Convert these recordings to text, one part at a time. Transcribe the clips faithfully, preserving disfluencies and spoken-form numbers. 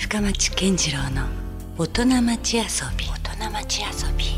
深町健次郎の大人町遊び大人町遊び。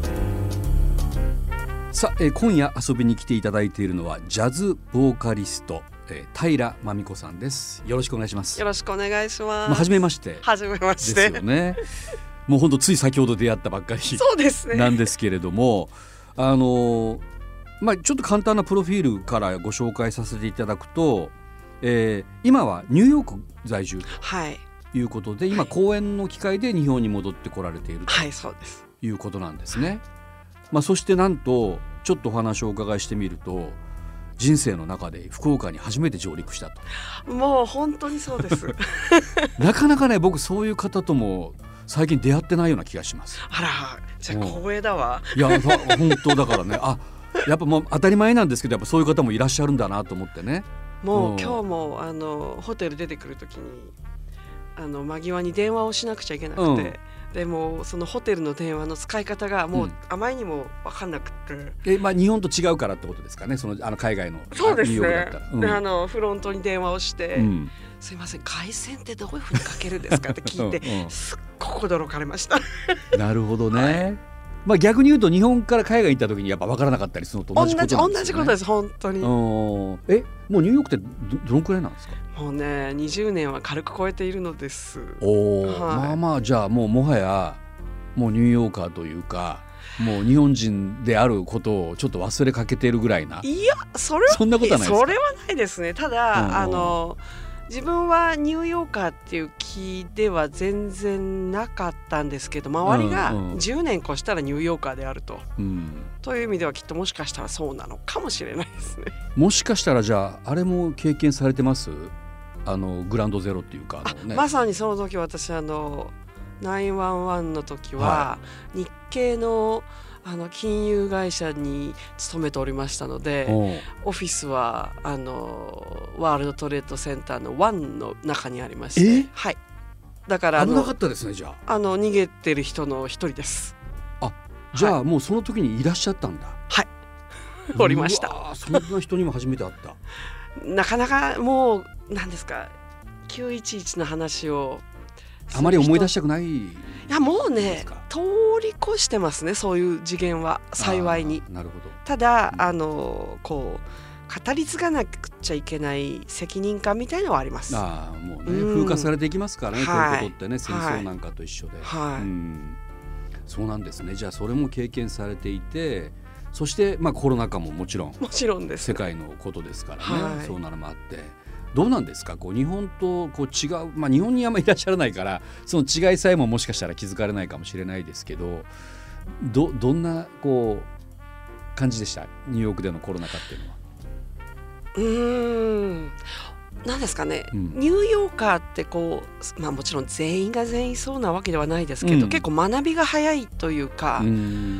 さあ、えー、今夜遊びに来ていただいているのはジャズボーカリスト、えー、平真美子さんです。よろしくお願いします。 よろしくお願いします。 まあ、初めまして初めましてですよね。もうほんとつい先ほど出会ったばっかりそうですねなんですけれども、あのーまあ、ちょっと簡単なプロフィールからご紹介させていただくと、えー、今はニューヨーク在住はいということで、今公演の機会で日本に戻ってこられているはいそうですということなんですね。まあ、そしてなんとちょっとお話をお伺いしてみると、人生の中で福岡に初めて上陸したと。 もう本当にそうですなかなかね、僕そういう方とも最近出会ってないような気がします。 あら、じゃあ光栄だわ。 いや本当だからね、あ、やっぱもう当たり前なんですけど、やっぱそういう方もいらっしゃるんだなと思ってね。 もう今日もあのホテル出てくるときにあの間際に電話をしなくちゃいけなくて、うん、でもそのホテルの電話の使い方がもうあまりにも分かんなくて、うん、 え、まあ、日本と違うからってことですかね、そのあの海外のそうですね、 ニューヨークだったら、うん、 であのフロントに電話をして、うん、すいません回線ってどういうふうにかけるんですかって聞いてうん、すっごく驚かれましたなるほどね、はい、まあ、逆に言うと日本から海外に行った時にやっぱ分からなかったりするのと同じことなんですよね。 同じことです本当に。 え、もうニューヨークって ど, どのくらいなんですか？ もうねにじゅうねんは軽く超えているのです。 お、はい、まあまあ、じゃあもうもはやもうニューヨーカーというか、もう日本人であることをちょっと忘れかけているぐらいな。 いや、それはそんなことはないですか？ それはないですね。ただあの自分はニューヨーカーっていう気では全然なかったんですけど、周りがじゅうねん越したらニューヨーカーであると、うん、という意味ではきっともしかしたらそうなのかもしれないですね。 もしかしたらじゃああれも経験されてます？あのグランドゼロっていうか、あの、ね、 まさにその時私あのきゅういちいちの時は日系のあの金融会社に勤めておりましたので、オフィスはあのワールドトレードセンターのワンの中にありまして、はい、だから危なかったですね。じゃあ、 あの逃げてる人の一人です。 あ、じゃあ、はい、もうその時にいらっしゃったんだ。 はいおりました。 うわ、そんな人にも初めて会ったなかなかもう何ですか、きゅういちいちの話をあまり思い出したくない。いやもうね通り越してますね、そういう次元は幸いに。 なるほど。 ただ、うん、あのこう語り継がなくちゃいけない責任感みたいのはあります。 あ、もうね、うん、風化されていきますからね、はい、こういうことってね、戦争なんかと一緒で、 はい、 うん、そうなんですね。じゃあそれも経験されていて、そして、まあ、コロナ禍ももちろんもちろんです、 世界のことですからね、はい、そうなのもあって、どうなんですか、こう日本とこう違う、まあ、日本にあんまりいらっしゃらないからその違いさえももしかしたら気づかれないかもしれないですけど、 ど, どんなこう感じでした、ニューヨークでのコロナ禍っていうのは。 うーん、なんですかね、うん、ニューヨーカーってこう、まあ、もちろん全員が全員そうなわけではないですけど、うん、結構学びが早いというか、うん、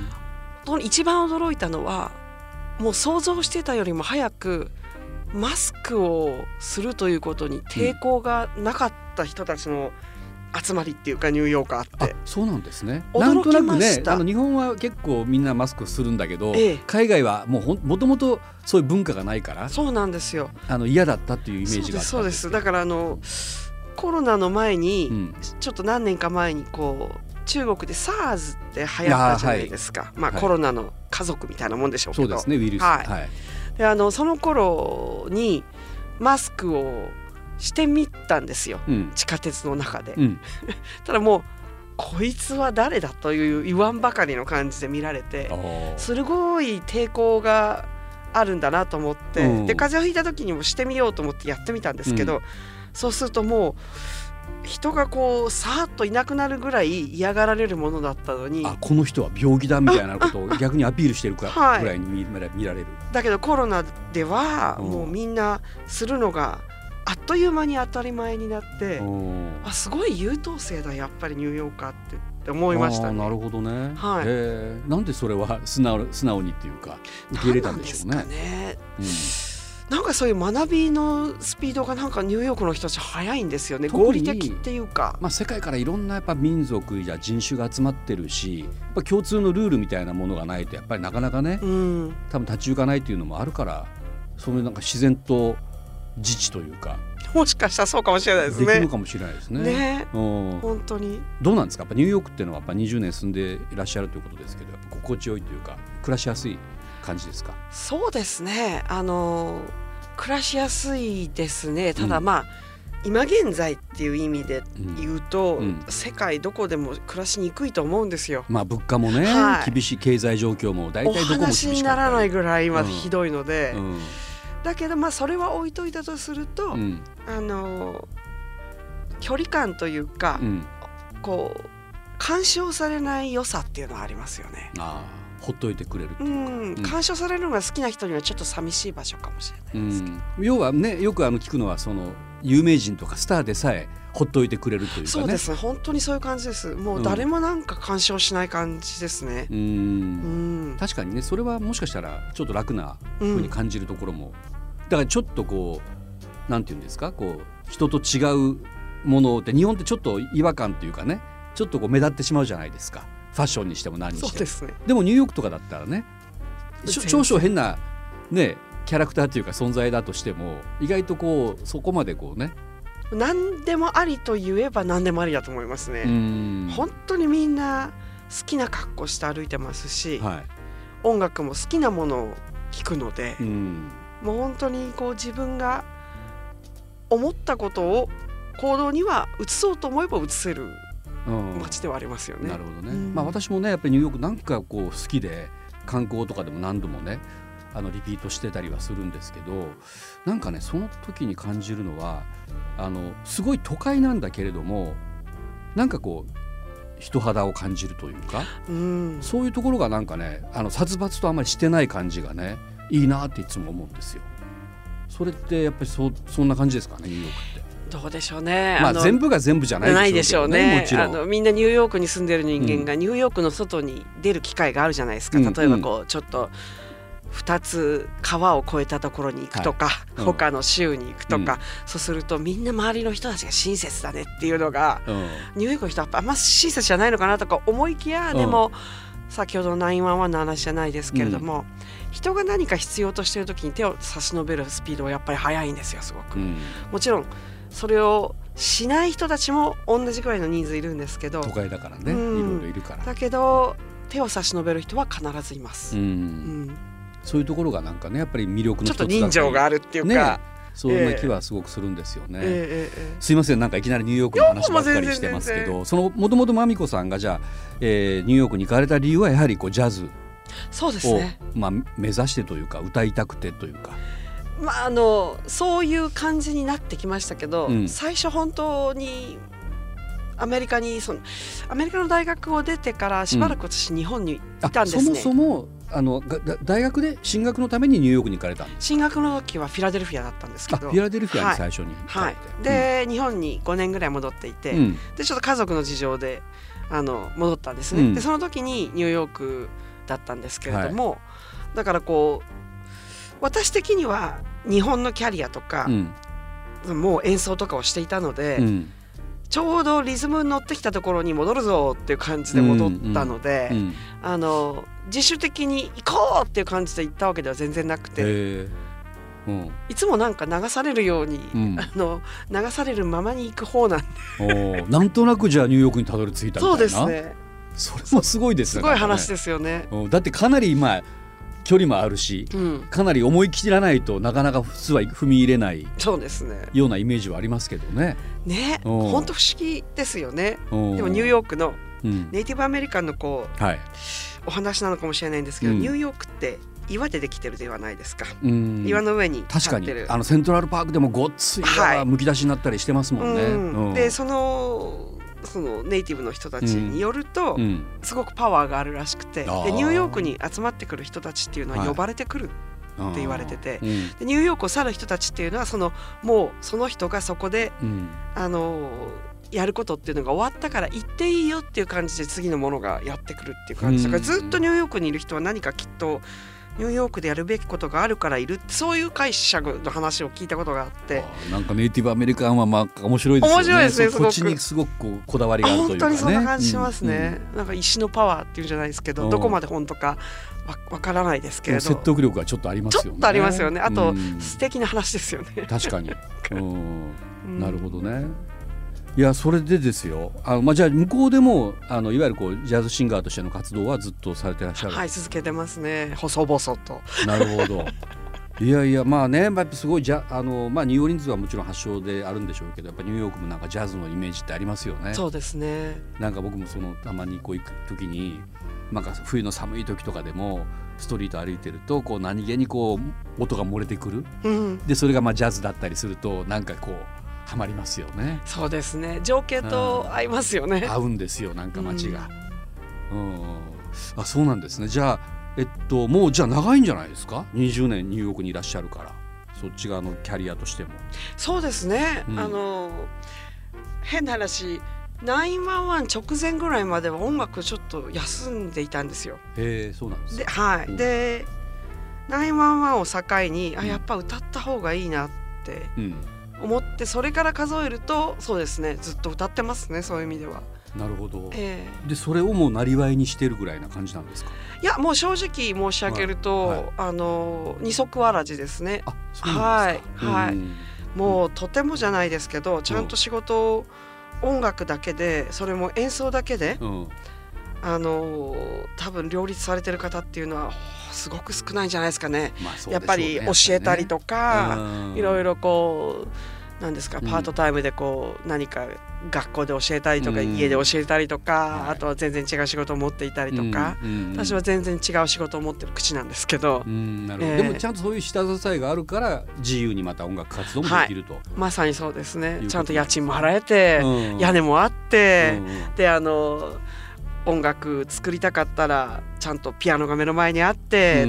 一番驚いたのはもう想像してたよりも早くマスクをするということに抵抗がなかった人たちの集まりっていうか、ニューヨーカーって。 あ、そうなんですね。 驚きました。 なんとなくね、あの日本は結構みんなマスクするんだけど、 ええ、 海外はもうもともとそういう文化がないから、 そうなんですよ、 あの嫌だったっていうイメージがあったんです。 そうです、そうです。だからあのコロナの前に、うん、ちょっと何年か前にこう中国で SARS って流行ったじゃないですか。あ、はい、まあ、はい、コロナの家族みたいなもんでしょうけど。 そうですね、ウイルス、 はいはい、であのその頃にマスクをしてみたんですよ、うん、地下鉄の中で、うん、ただもうこいつは誰だという言わんばかりの感じで見られて、すごい抵抗があるんだなと思って、うん、で風邪をひいた時にもしてみようと思ってやってみたんですけど、うん、そうするともう人がこうさーっといなくなるぐらい嫌がられるものだったのに、 あ、この人は病気だみたいなことを逆にアピールしてるかぐらいに 見, 見られる。 だけどコロナではもうみんなするのがあっという間に当たり前になって、あ、すごい優等生だやっぱりニューヨーカーってって思いましたね。 あ、なるほどね、 はい、 えー、なんでそれは素 直, 素直にっていうか受け入れたんでしょうね。 なんですかね、うん、なんかそういう学びのスピードがなんかニューヨークの人たち早いんですよね。合理的っていうか、 まあ、世界からいろんなやっぱ民族や人種が集まってるし、やっぱ共通のルールみたいなものがないとやっぱりなかなかね、うん、多分立ち行かないっていうのもあるから、そういうなんか自然と自治というかもしかしたらそうかもしれないですね。 できるかもしれないですね。 ね、本当にどうなんですか。やっぱニューヨークっていうのはやっぱにじゅうねん住んでいらっしゃるということですけど、やっぱ心地よいというか暮らしやすい感じですか。 そうですね、あの暮らしやすいですね。ただまあ、うん、今現在っていう意味で言うと、うんうん、世界どこでも暮らしにくいと思うんですよ。 まあ物価もね、はい、厳しい経済状況も大体どこも厳しかったり、お話にならないぐらい今ひどいので、うんうん、だけどまあそれは置いといたとすると、うん、あの距離感というか、うん、こう干渉されない良さっていうのはありますよね。 ああ、ほっといてくれるっていうか、うん、 干渉されるのが好きな人にはちょっと寂しい場所かもしれないですけど、 うん、要はね、よくあの聞くのはその有名人とかスターでさえほっといてくれるというかね。 そうですね、本当にそういう感じです。もう誰もなんか干渉しない感じですね。うん、 うん、確かにね、それはもしかしたらちょっと楽な風に感じるところも、うん、だからちょっとこうなんていうんですか、こう人と違うものって日本ってちょっと違和感というかね、ちょっとこう目立ってしまうじゃないですか。ファッションにしても何にしても。 そうですね。 でもニューヨークとかだったらね、少々変なねキャラクターというか存在だとしても意外とこうそこまでこうね、 何でもありと言えば何でもありだと思いますね。本当にみんな好きな格好して歩いてますし、はい、音楽も好きなものを聴くので、もう本当にこう自分が思ったことを行動には移そうと思えば移せる街ではありますよね。 なるほどね、うん、まあ、私もねやっぱりニューヨークなんかこう好きで観光とかでも何度もねあのリピートしてたりはするんですけど、なんかねその時に感じるのはあのすごい都会なんだけれどもなんかこう人肌を感じるというか、うん、そういうところがなんかねあの殺伐とあんまりしてない感じがねいいなっていつも思うんですよ。それってやっぱり そ, そんな感じですかね、ニューヨークって。 どうでしょうね。 まあ、全部が全部じゃないでしょうけどね、もちろん。 あのみんなニューヨークに住んでる人間がニューヨークの外に出る機会があるじゃないですか、うん、例えばこうちょっとふたつ川を越えたところに行くとか、はいうん、他の州に行くとか、うん、そうするとみんな周りの人たちが親切だねっていうのが、うん、ニューヨークの人はあんま親切じゃないのかなとか思いきや、でも、うん、先ほどのナインワンワンの話じゃないですけれども、うん、人が何か必要としている時に手を差し伸べるスピードはやっぱり速いんですよ、すごく、うん、もちろんそれをしない人たちも同じくらいの人数いるんですけど、 都会だからね、うん、いろいろいるから。 だけど手を差し伸べる人は必ずいます、うんうん、 そういうところがなんかねやっぱり魅力の一つだったり、 ちょっと人情があるっていうか、 ね、そんな気はすごくするんですよね、えーえー、すいません、なんかいきなりニューヨークの話ばっかりしてますけど、そのもともとまみこさんがじゃあ、えー、ニューヨークに行かれた理由はやはりこうジャズを、 そうですね、 まあ、目指してというか歌いたくてというか、 まあ、あのそういう感じになってきましたけど、うん、最初本当にアメリカにそのアメリカの大学を出てからしばらく私日本にいたんですね、 うん、そもそもあの大学で進学のためにニューヨークに行かれたんですか。 進学の時はフィラデルフィアだったんですけど、 フィラデルフィアに最初に行かれて、はいはい、で、うん、日本にごねんぐらい戻っていて、うん、でちょっと家族の事情であの戻ったんですね、うん、でその時にニューヨークだったんですけれども、はい、だからこう私的には日本のキャリアとか、うん、もう演奏とかをしていたので、うん、ちょうどリズムに乗ってきたところに戻るぞっていう感じで戻ったので、うんうん、あの自主的に行こうっていう感じで行ったわけでは全然なくて、うん、いつもなんか流されるように、うん、あの流されるままに行く方なんで、 おなんとなくじゃあニューヨークにたどり着いたみたいな。 そうですね、 それもすごいですね。 すごい話ですよね。 だってかなり今距離もあるし、うん、かなり思い切らないとなかなか普通は踏み入れないそうですねようなイメージはありますけどね。 ね、本当不思議ですよね。でもニューヨークのネイティブアメリカンのこう、はい、お話なのかもしれないんですけど、うん、ニューヨークって岩でできてるではないですか。うん、岩の上に立ってる。確かにあのセントラルパークでもごっつい岩むき出しになったりしてますもんね。はいうん、 でそのそのネイティブの人たちによると、うん、すごくパワーがあるらしくて、でニューヨークに集まってくる人たちっていうのは呼ばれてくるって言われてて、はいうん、でニューヨークを去る人たちっていうのはそのもうその人がそこで、うん、あのやることっていうのが終わったから行っていいよっていう感じで次のものがやってくるっていう感じだから、ずっとニューヨークにいる人は何かきっとニューヨークでやるべきことがあるからいる、そういう解釈の話を聞いたことがあって、 なんかネイティブアメリカンはまあ面白いですよね。 面白いですね。すごく土地にすごくこうこだわりがあるというかね。 本当にそんな感じしますね、うんうん、なんか石のパワーっていうんじゃないですけど、どこまで本当かわ, わからないですけれど、 説得力がちょっとありますよね。 ちょっとありますよね。あと、 うん、 素敵な話ですよね。 確かに、うん、なるほどね。いやそれでですよ、あの、まあ、じゃあ向こうでもあのいわゆるこうジャズシンガーとしての活動はずっとされてらっしゃる。 はい、続けてますね、細々と。 なるほど。いやいやまあね、まあ、やっぱすごいジャあの、まあ、ニューオーリンズはもちろん発祥であるんでしょうけど、やっぱニューヨークもなんかジャズのイメージってありますよね。 そうですね。 なんか僕もそのたまにこう行く時になんか冬の寒い時とかでもストリート歩いてるとこう何気にこう音が漏れてくる、うん、でそれがまあジャズだったりするとなんかこうハマりますよね。 そうですね、情景と合いますよね。 合うんですよ、なんか街が、うん、あそうなんですね。じゃあえっともうじゃあ長いんじゃないですか。にじゅうねんニューヨークにいらっしゃるから、そっち側のキャリアとしても。 そうですね、うん、あの変な話ナインワンワン直前ぐらいまでは音楽ちょっと休んでいたんですよ。 へえ、そうなんですね。 で、はい、うん、でナインワンワンを境に、あやっぱ歌った方がいいなって思って、それから数えるとそうですね、ずっと歌ってますね、そういう意味では。 なるほど、 えー、 でそれをもうなりわいにしてるぐらいな感じなんですか。 いやもう正直申し上げると、はいはい、あの二足わらじですね。 あ、そうなんですか。 はい、はい、もうとてもじゃないですけど、ちゃんと仕事を音楽だけで、それも演奏だけで、うん、あの多分両立されてる方っていうのはすごく少ないんじゃないですかね。まあそうでしょうね、やっぱり教えたりとか、ね、いろいろこうなんですか、パートタイムでこう何か学校で教えたりとか、うん、家で教えたりとか、はい、あとは全然違う仕事を持っていたりとか、うんうんうん、私は全然違う仕事を持ってる口なんですけど、うん、 なるほど、えー、でもちゃんとそういう下支えがあるから自由にまた音楽活動もできると、はい、 まさにそうですね。ちゃんと家賃も払えて、うん、屋根もあって、うん、であの音楽作りたかったらちゃんとピアノが目の前にあって、うん、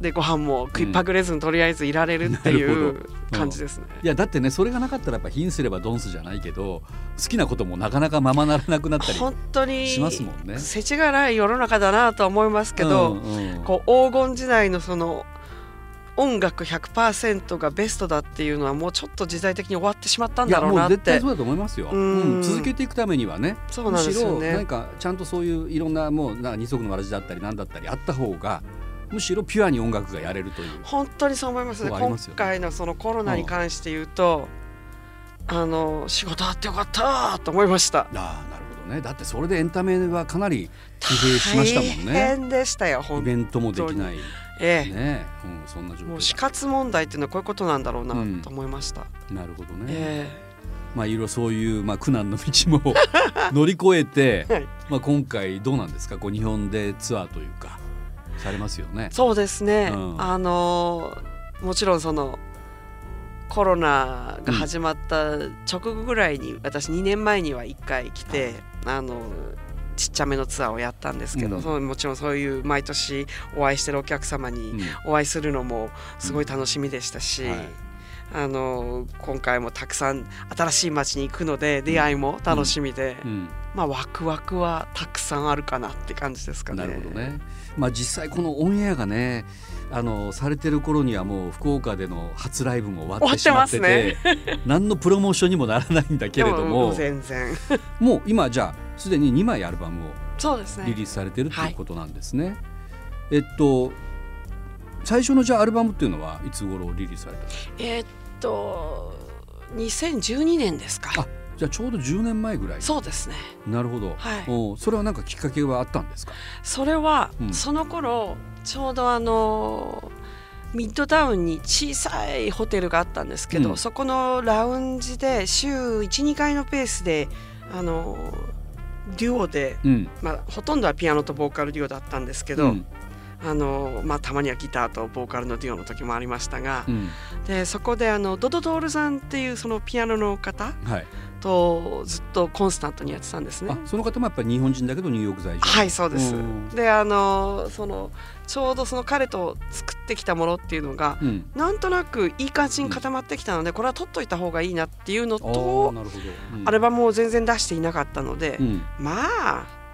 でご飯も食いっぱぐれずにとりあえずいられるっていう感じですね、 うん、いやだってね、それがなかったらやっぱ貧すればドンスじゃないけど、好きなこともなかなかままならなくなったり本当にしますもんね。 世知がない世の中だなとは思いますけど、うんうん、こう黄金時代のその音楽 ひゃくパーセント がベストだっていうのはもうちょっと時代的に終わってしまったんだろうなって。 いやもう絶対そうだと思いますよ、うんうん、続けていくためにはね。 そうなんですよね。 むしろなんかちゃんとそういういろんなもうなんか二足のわらじだったりなんだったりあった方がむしろピュアに音楽がやれるという。 本当にそう思いますね。今回のそのコロナに関して言うと、うん、あの仕事あってよかったと思いました。 ああ、なるほどね。だってそれでエンタメはかなり疲弊しましたもんね。 大変でしたよ、本当に。 イベントもできない、 ええね、うん、そんな状況だ。 もう死活問題っていうのはこういうことなんだろうなと思いました、 うん、なるほどね、 ええまあ、いろいろそういう、まあ、苦難の道も乗り越えて、はい、まあ、今回どうなんですか、こう日本でツアーというかされますよね。 そうですね、うん、あのもちろんそのコロナが始まった直後ぐらいに、うん、私にねんまえにはいっかい来て、はい、あのちっちゃめのツアーをやったんですけど、うん、そのもちろんそういう毎年お会いしてるお客様にお会いするのもすごい楽しみでしたし、うん、はい、あの今回もたくさん新しい街に行くので出会いも楽しみで、うんうん、まあ、ワクワクはたくさんあるかなって感じですかね。 なるほどね。まあ、実際このオンエアがねあのされてる頃にはもう福岡での初ライブも終わってしまってて、 終わってますね何のプロモーションにもならないんだけれども、 もう全然もう今じゃあすでににまいアルバムをそうですねリリースされてるということなんですね、はい、えっと最初のじゃあアルバムっていうのはいつ頃リリースされたんですか。 えー、っとにせんじゅうにねんですか。 あ、じゃあちょうどじゅうねんまえぐらい。 そうですね。 なるほど、 はい、 おそれは何かきっかけはあったんですか。 それは、うん、その頃ちょうどあのミッドタウンに小さいホテルがあったんですけど、うん、そこのラウンジで週 いち,に 回のペースであのデュオで、うん、まあ、ほとんどはピアノとボーカルデュオだったんですけど、うん、あのまあ、たまにはギターとボーカルのデュオの時もありましたが、うん、でそこであのドドドールさんっていうそのピアノの方、はい、とずっとコンスタントにやってたんですね。 あ、その方もやっぱり日本人だけどニューヨーク在住。 はい、そうです。であのそのちょうどその彼と作ってきたものっていうのが、うん、なんとなくいい感じに固まってきたので、うん、これは取っといた方がいいなっていうのと、なるほど、うん、アルバムを全然出していなかったので、うん、まあ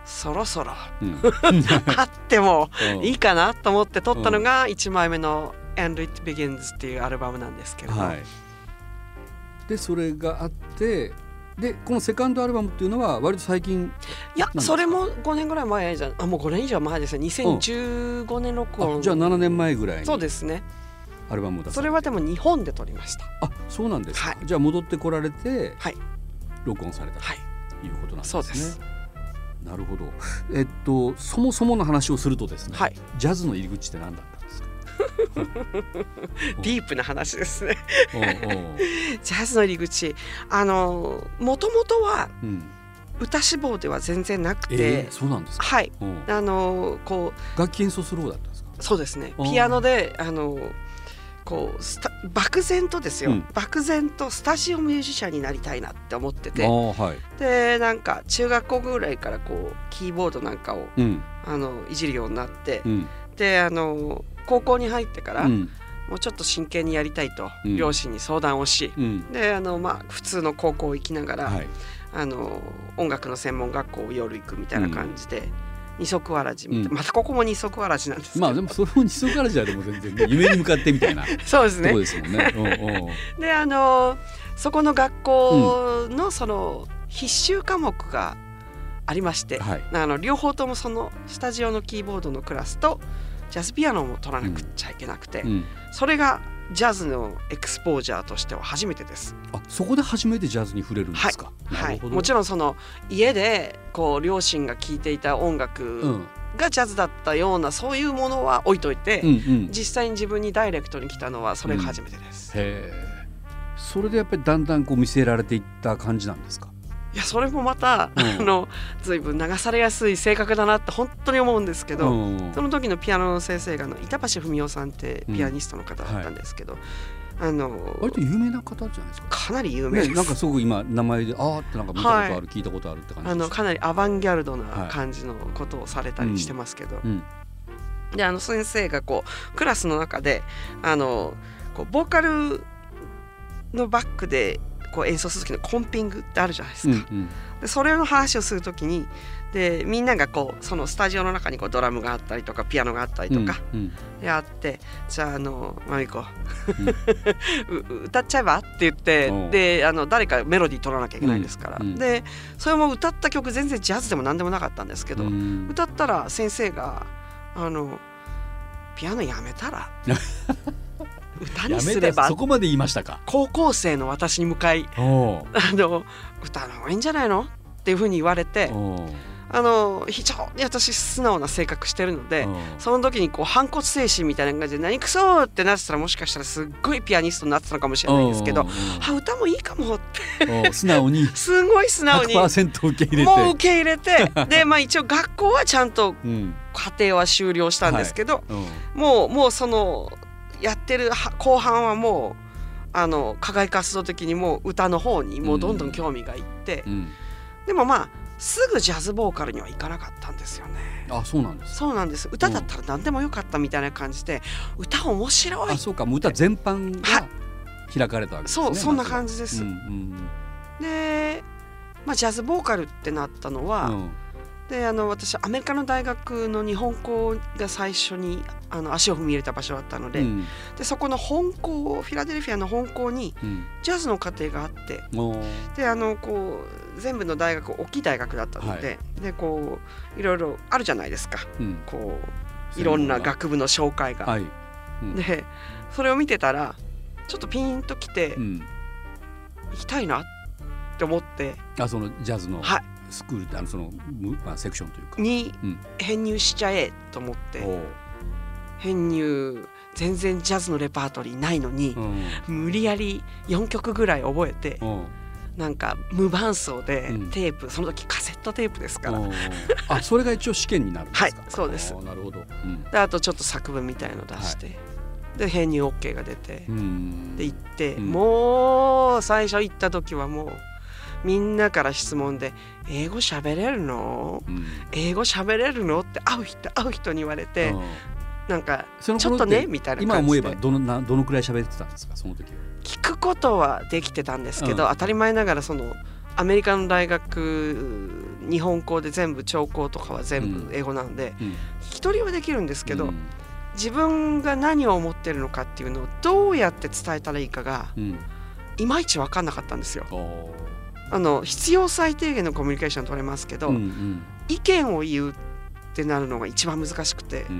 そろそろ、うん、あってもいいかなと思って撮ったのがいちまいめの「And It Begins」っていうアルバムなんですけども、はい、 でそれがあってでこのセカンドアルバムっていうのは割と最近。 いやそれもごねんぐらい前じゃん。あもうごねん以上前ですね。にせんじゅうごねん録音、 うん、じゃあななねんまえぐらいに。 そうですね。 アルバムを出されて。 それはでも日本で撮りました。 あそうなんですか、はい、じゃあ戻ってこられて、はい、録音されたということなんですね、はい、そうです。なるほど。えっとそもそもの話をするとですね、はい、ジャズの入り口って何だったんですか？ ディープな話ですね。おうおうジャズの入り口、あのもともとは、うん歌志望では全然なくて、 えー、そうなんですか。 はい、あのこう楽器演奏する方だったんですか。 そうですね。ピアノであのこうスタ漠然とですよ、うん、漠然とスタジオミュージシャンになりたいなって思ってて、はい、でなんか中学校ぐらいからこうキーボードなんかを、うん、あのいじるようになって、うん、であの高校に入ってから、うんもうちょっと真剣にやりたいと両親に相談をし、うん、であの、まあ、普通の高校行きながら、はい、あの音楽の専門学校を夜行くみたいな感じで、うん、二足わらじみたいな、うん、またここも二足わらじなんですけど、 まあでもそれも二足わらじはでも全然、ね、夢に向かってみたいなそうですね。 そうですもんね。おうおうであのそこの学校のその必修科目がありまして、はい、あの両方ともそのスタジオのキーボードのクラスとジャズピアノも取らなくちゃいけなくて、うん、それがジャズのエクスポージャーとしては初めてです。 あ、そこで初めてジャズに触れるんですか。 はい、はい、もちろんその家でこう両親が聴いていた音楽がジャズだったような、そういうものは置いといて、うんうん、実際に自分にダイレクトに来たのはそれが初めてです、 うん、へえ。それでやっぱりだんだんこう見せられていった感じなんですか。 いやそれもまた、うん、あの随分流されやすい性格だなって本当に思うんですけど、うん、その時のピアノの先生がの板橋文夫さんってピアニストの方だったんですけど、うんはい、あの割と有名な方じゃないですか。 かなり有名です、 ね、なんかすごく今名前であーってなんか見たことある、はい、聞いたことあるって感じです。 あのかなりアバンギャルドな感じのことをされたりしてますけど、はいうんうん、であの先生がこうクラスの中であのこうボーカルのバックでこう演奏する時のコンピングってあるじゃないですか、うんうん、でそれの話をする時にでみんながこうそのスタジオの中にこうドラムがあったりとかピアノがあったりとか、うんうん、であってじゃああのマミコ、うん、歌っちゃえばって言ってであの誰かメロディー取らなきゃいけないですから、うんうん、でそれも歌った曲全然ジャズでも何でもなかったんですけど、うん、歌ったら先生があのピアノやめたら歌にすれば。 そこまで言いましたか。 高校生の私に向かいあの歌の方がいいんじゃないのっていうふうに言われて、あの非常に私素直な性格してるので、その時にこう反骨精神みたいな感じで何くそってなってたらもしかしたらすっごいピアニストになってたのかもしれないですけど、あ歌もいいかもって素直にすごい素直にひゃくパーセント 受け入れてもう受け入れてで、まあ、一応学校はちゃんと課程は終了したんですけど、はい、もうもうそのやってる後半はもうあの課外活動的にもう歌の方にもうどんどん興味がいって、うんうん、でもまあすぐジャズボーカルにはいかなかったんですよね。 あ、そうなんです。 そうなんです。歌だったら何でもよかったみたいな感じで、うん、歌面白い。 あ、そうか。もう歌全般が開かれたわけですね。 そう、そんな感じです。うんうん、で、まあジャズボーカルってなったのは。うんであの私アメリカの大学の日本校が最初にあの足を踏み入れた場所だったので、うん、でそこの本校フィラデルフィアの本校にジャズの課程があって、うん、であのこう全部の大学大きい大学だったので、はい、でこういろいろあるじゃないですか、うん、こういろんな学部の紹介が、はいうん、でそれを見てたらちょっとピンときて、うん、行きたいなって思って、 あそのジャズの、 はいスクールってあのその、まあ、セクションというかに編入しちゃえと思って、うん、編入全然ジャズのレパートリーないのに、うん、無理やりよんきょくぐらい覚えて、うん、なんか無伴奏でテープ、うん、その時カセットテープですから、 あそれが一応試験になるんですか。 はいそうです。 なるほど、 うん、であとちょっと作文みたいの出して、はい、で編入 OK が出て、うん、で行って、うん、もう最初行った時はもうみんなから質問で英語喋れるの、うん、英語喋れるのって会う人会う人に言われて、うん、なんかちょっとねみたいな感じで。 今思えばどのなどのくらい喋ってたんですかその時は。 聞くことはできてたんですけど、うん、当たり前ながらそのアメリカの大学日本語で全部聴講とかは全部英語なんで、うんうん、聞き取りはできるんですけど、うん、自分が何を思ってるのかっていうのをどうやって伝えたらいいかが、うん、いまいち分かんなかったんですよ。あの必要最低限のコミュニケーション取れますけど、うんうん、意見を言うってなるのが一番難しくて、うん、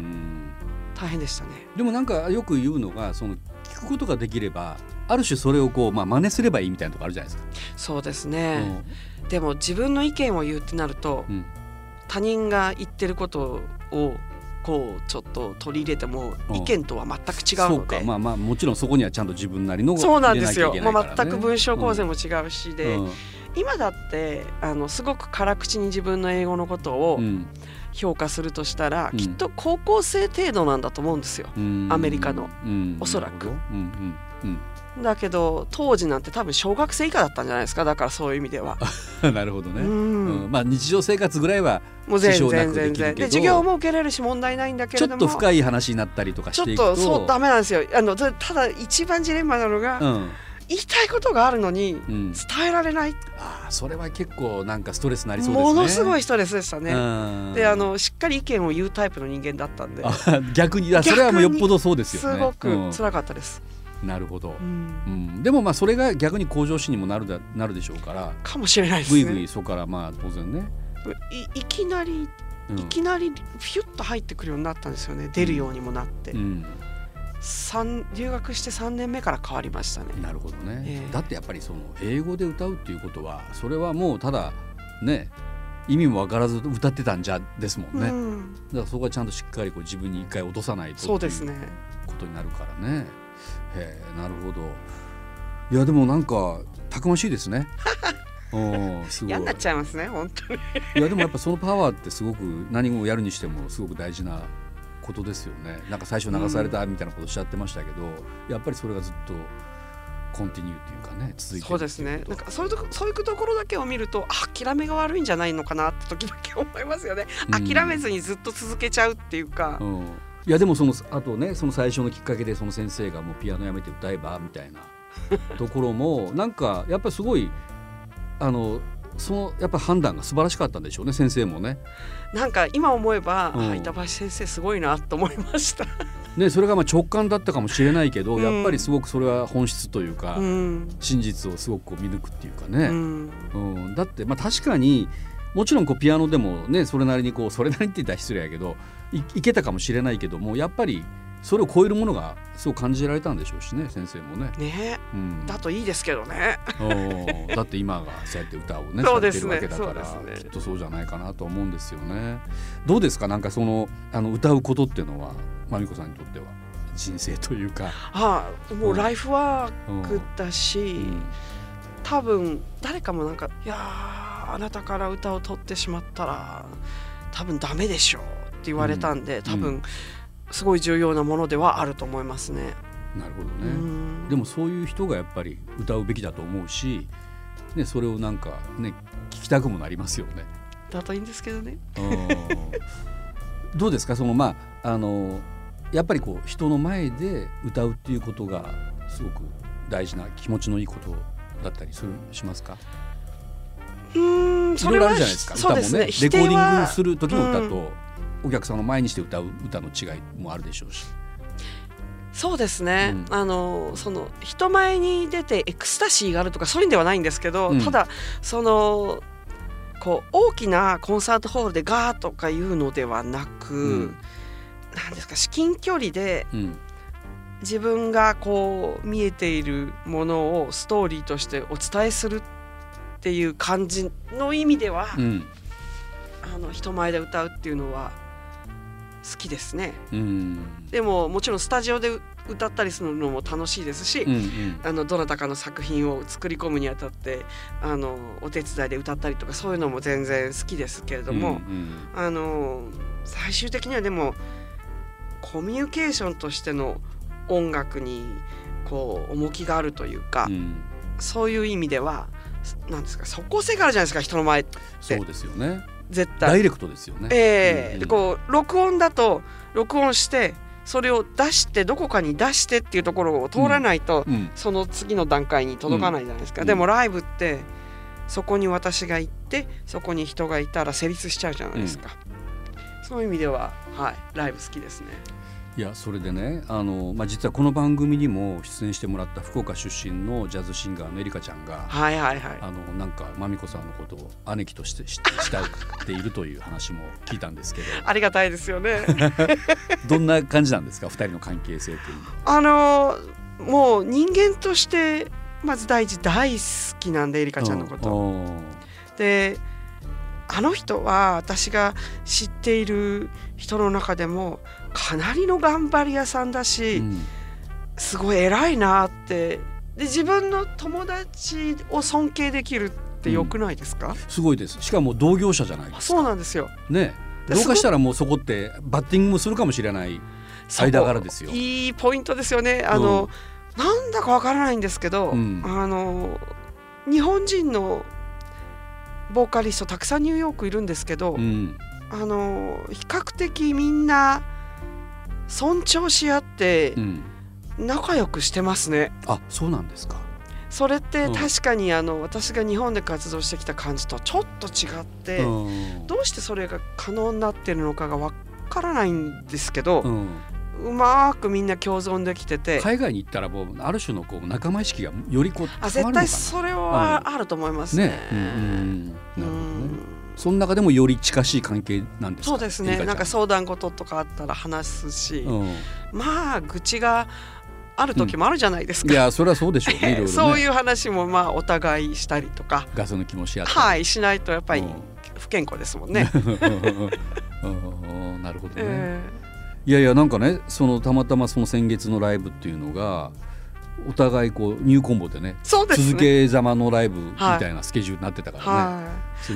大変でしたね。 でもなんかよく言うのが、その聞くことができればある種それをこう、まあ、真似すればいいみたいなとこあるじゃないですか。 そうですね、うん、でも自分の意見を言うってなると、うん、他人が言ってることをこうちょっと取り入れても意見とは全く違うので、 そうか、まあまあもちろんそこにはちゃんと自分なりのそうなんですよ、まあ、全く文章構成も違うしで、うん、今だってあのすごく辛口に自分の英語のことを評価するとしたら、うん、きっと高校生程度なんだと思うんですよ、うん、アメリカの、うん、おそらく、うんうんうんだけど当時なんて多分小学生以下だったんじゃないですか。だからそういう意味ではなるほどね、うんうん、まあ日常生活ぐらいはもう全然全然で授業も受けれるし問題ないんだけれども、 ちょっと深い話になったりとかしていくとちょっとそうダメなんですよ。あのただ一番ジレンマなのが、うん、言いたいことがあるのに伝えられない、うん、 あそれは結構なんかストレスになりそうですね。 ものすごいストレスでしたね。であのしっかり意見を言うタイプの人間だったんで逆にそれはもうよっぽどそうですよね。 すごく辛かったです、 うん、なるほど、うんうん、でもまあそれが逆に向上心にもなるだ、なるでしょうからかもしれないですね。 ぐいぐいそこからまあ当然ねい, いきなりいきなりフィュッと入ってくるようになったんですよね。出るようにもなって、うん、留学してさんねんめから変わりましたね。 なるほどね、えー、だってやっぱりその英語で歌うっていうことはそれはもうただね意味も分からず歌ってたんじゃですもんね、うん、だからそこはちゃんとしっかりこう自分に一回落とさないとそうですねことになるからね。へえなるほど。いやでもなんかたくましいですねおすごい嫌になっちゃいますね本当にいやでもやっぱそのパワーってすごく何もやるにしてもすごく大事なことですよね。なんか最初流されたみたいなことおっしゃってましたけど、うん、やっぱりそれがずっとコンティニューっていうかね続いてる。 そうですね。なんかそういうとこ、そういうところだけを見ると諦めが悪いんじゃないのかなって時々思いますよね、うん、諦めずにずっと続けちゃうっていうか、うん、 いやでもそのあとねその最初のきっかけでその先生がもうピアノやめて歌えばみたいなところもなんかやっぱりすごいあのそのやっぱ判断が素晴らしかったんでしょうね先生もね。 なんか今思えば、うん、板橋先生すごいなと思いましたね、それがまあ直感だったかもしれないけど、うん、やっぱりすごくそれは本質というか、うん、真実をすごくこう見抜くっていうかね、うんうん、だってまあ確かにもちろんこうピアノでもねそれなりにこうそれなりにって言ったら失礼やけど い, いけたかもしれないけどもやっぱりそれを超えるものがすごく感じられたんでしょうしね先生もね。 ね、うん、だといいですけどねだって今がそうやって歌をねされてるわけだから、ね、きっとそうじゃないかなと思うんですよね。どうですかなんかそのあの歌うことっていうのはまみこさんにとっては人生というか、 はあ、もうライフワークだし、うんうん、多分誰かもなんかいやあなたから歌を取ってしまったら多分ダメでしょうって言われたんで、うん、多分、うんすごい重要なものではあると思いますね。 なるほどね。でもそういう人がやっぱり歌うべきだと思うし、ね、それをなんかね聞きたくもなりますよね。 だといいんですけどね。 どうですかそのまああのやっぱりこう人の前で歌うっていうことがすごく大事な気持ちのいいことだったりするしますか。 うーんそれはそれあるじゃないですか。歌もねレコーディングする時の歌と、うんお客さんの前にして歌う歌の違いもあるでしょうし。 そうですね、うん、あのその人前に出てエクスタシーがあるとかそういうんではないんですけど、うん、ただそのこう大きなコンサートホールでガーとかいうのではなく、うん、なんですか至近距離で自分がこう見えているものをストーリーとしてお伝えするっていう感じの意味では、うん、あの人前で歌うっていうのは好きですね、うん、でももちろんスタジオで歌ったりするのも楽しいですし、うんうん、あのどなたかの作品を作り込むにあたってあのお手伝いで歌ったりとかそういうのも全然好きですけれども、うんうん、あの最終的にはでもコミュニケーションとしての音楽にこう重きがあるというか、うん、そういう意味ではなんですか即効性があるじゃないですか人の前って。 そうですよね絶対ダイレクトですよね、 えーうんうん、でこう録音だと録音してそれを出してどこかに出してっていうところを通らないと、うんうん、その次の段階に届かないじゃないですか、うん、でもライブってそこに私が行ってそこに人がいたら成立しちゃうじゃないですか、うん、そういう意味では、はい、ライブ好きですね。 いやそれでねあの、まあ、実はこの番組にも出演してもらった福岡出身のジャズシンガーのエリカちゃんが、 はいはいはい、 あのなんかまみこさんのことを姉貴として慕っているという話も聞いたんですけどありがたいですよねどんな感じなんですかふたりの関係性というあのもう人間としてまず第一大好きなんでエリカちゃんのこと、うん、であの人は私が知っている人の中でもかなりの頑張り屋さんだし、うん、すごい偉いなってで自分の友達を尊敬できるってよくないですか、うん、 すごいです。しかも同業者じゃないですか。 そうなんですよ、 ね、どうかしたらもうそこってバッティングもするかもしれない間柄ですよ。 いいポイントですよね。あの、うん、なんだかわからないんですけど、うん、あの日本人のボーカリストたくさんニューヨークいるんですけど、うん、あの比較的みんな尊重し合って仲良くしてますね、 うん、あ、そうなんですか。 それって確かにあの私が日本で活動してきた感じとちょっと違って、うん、どうしてそれが可能になってるのかがわからないんですけど、うん、うまくみんな共存できてて海外に行ったらもうある種のこう仲間意識がよりこうあ絶対それはあると思いますね。ね、うんうん、 なるほどね。その中でもより近しい関係なんですか。 そうですね。なんか相談事とかあったら話すし、うん、まあ愚痴がある時もあるじゃないですか、 うん、いやそれはそうでしょうねいろいろねそういう話もまあお互いしたりとかガス抜きもし合ってはいしないとやっぱり不健康ですもんねなるほどね、えー、いやいやなんかねそのたまたまその先月のライブっていうのがお互いこうニューコンボで ね, そうですね続けざまのライブみたいなスケジュールになってたからね、はい、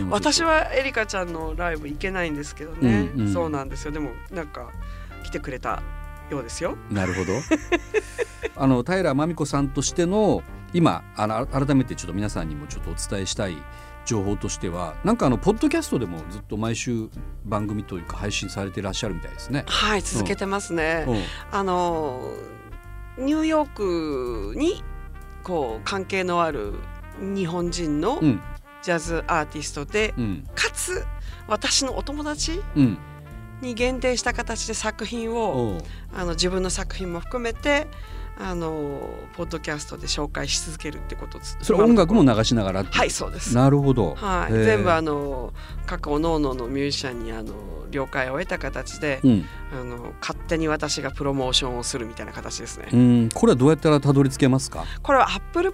私はエリカちゃんのライブ行けないんですけどね、うんうん、そうなんですよ。でもなんか来てくれたようですよ。 なるほどあの平真美子さんとしての今あの改めてちょっと皆さんにもちょっとお伝えしたい情報としてはなんかあのポッドキャストでもずっと毎週番組というか配信されていらっしゃるみたいですね。 はい続けてますね、うん、あのニューヨークにこう関係のある日本人のジャズアーティストで、うん、かつ私のお友達、うんに限定した形で作品をあの自分の作品も含めてあのポッドキャストで紹介し続けるってことです。 それ音楽も流しながらってはいそうです。 なるほど、 はい、全部あの各各々のミュージシャンにあの了解を得た形で、うん、あの勝手に私がプロモーションをするみたいな形ですね。 うんこれはどうやったらたどり着けますか。 これは Apple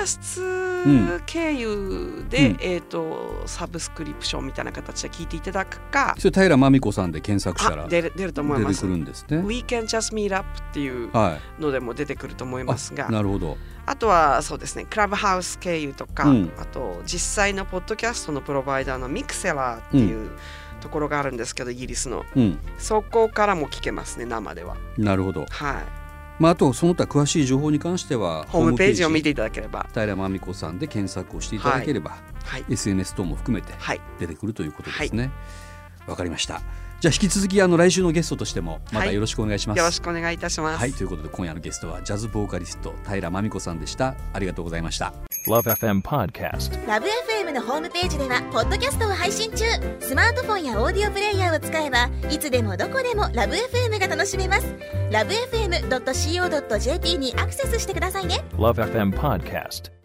Podcast 経由で、うんえー、とサブスクリプションみたいな形で聞いていただくかそれ平真美子さんで検索したら出る、出ると思います。 出てくるんですね。 We Can Just Meet Up っていうのでも出てくると思いますが、 はい、あなるほど。 あとはそうですねクラブハウス経由とか、うん、あと実際のポッドキャストのプロバイダーのミクセラーっていう、うんところがあるんですけどイギリスの、うん、そこからも聞けますね生では。 なるほど、 はいまあ、あとその他詳しい情報に関してはホームページを見ていただければ平真美子さんで検索をしていただければ、はい、エスエヌエス 等も含めて出てくるということですね。わ、はい、かりました。じゃあ引き続きあの来週のゲストとしてもまたよろしくお願いします、はい、 よろしくお願いいたします、 はい、ということで今夜のゲストはジャズボーカリスト平真美子さんでした。ありがとうございました。 ラブエフエム Podcast ラブ エフエム のホームページではポッドキャストを配信中。スマートフォンやオーディオプレイヤーを使えばいつでもどこでもラブ エフエム が楽しめます。 ラブエフエムドットシーオードットジェーピー にアクセスしてくださいね。 ラブエフエム Podcast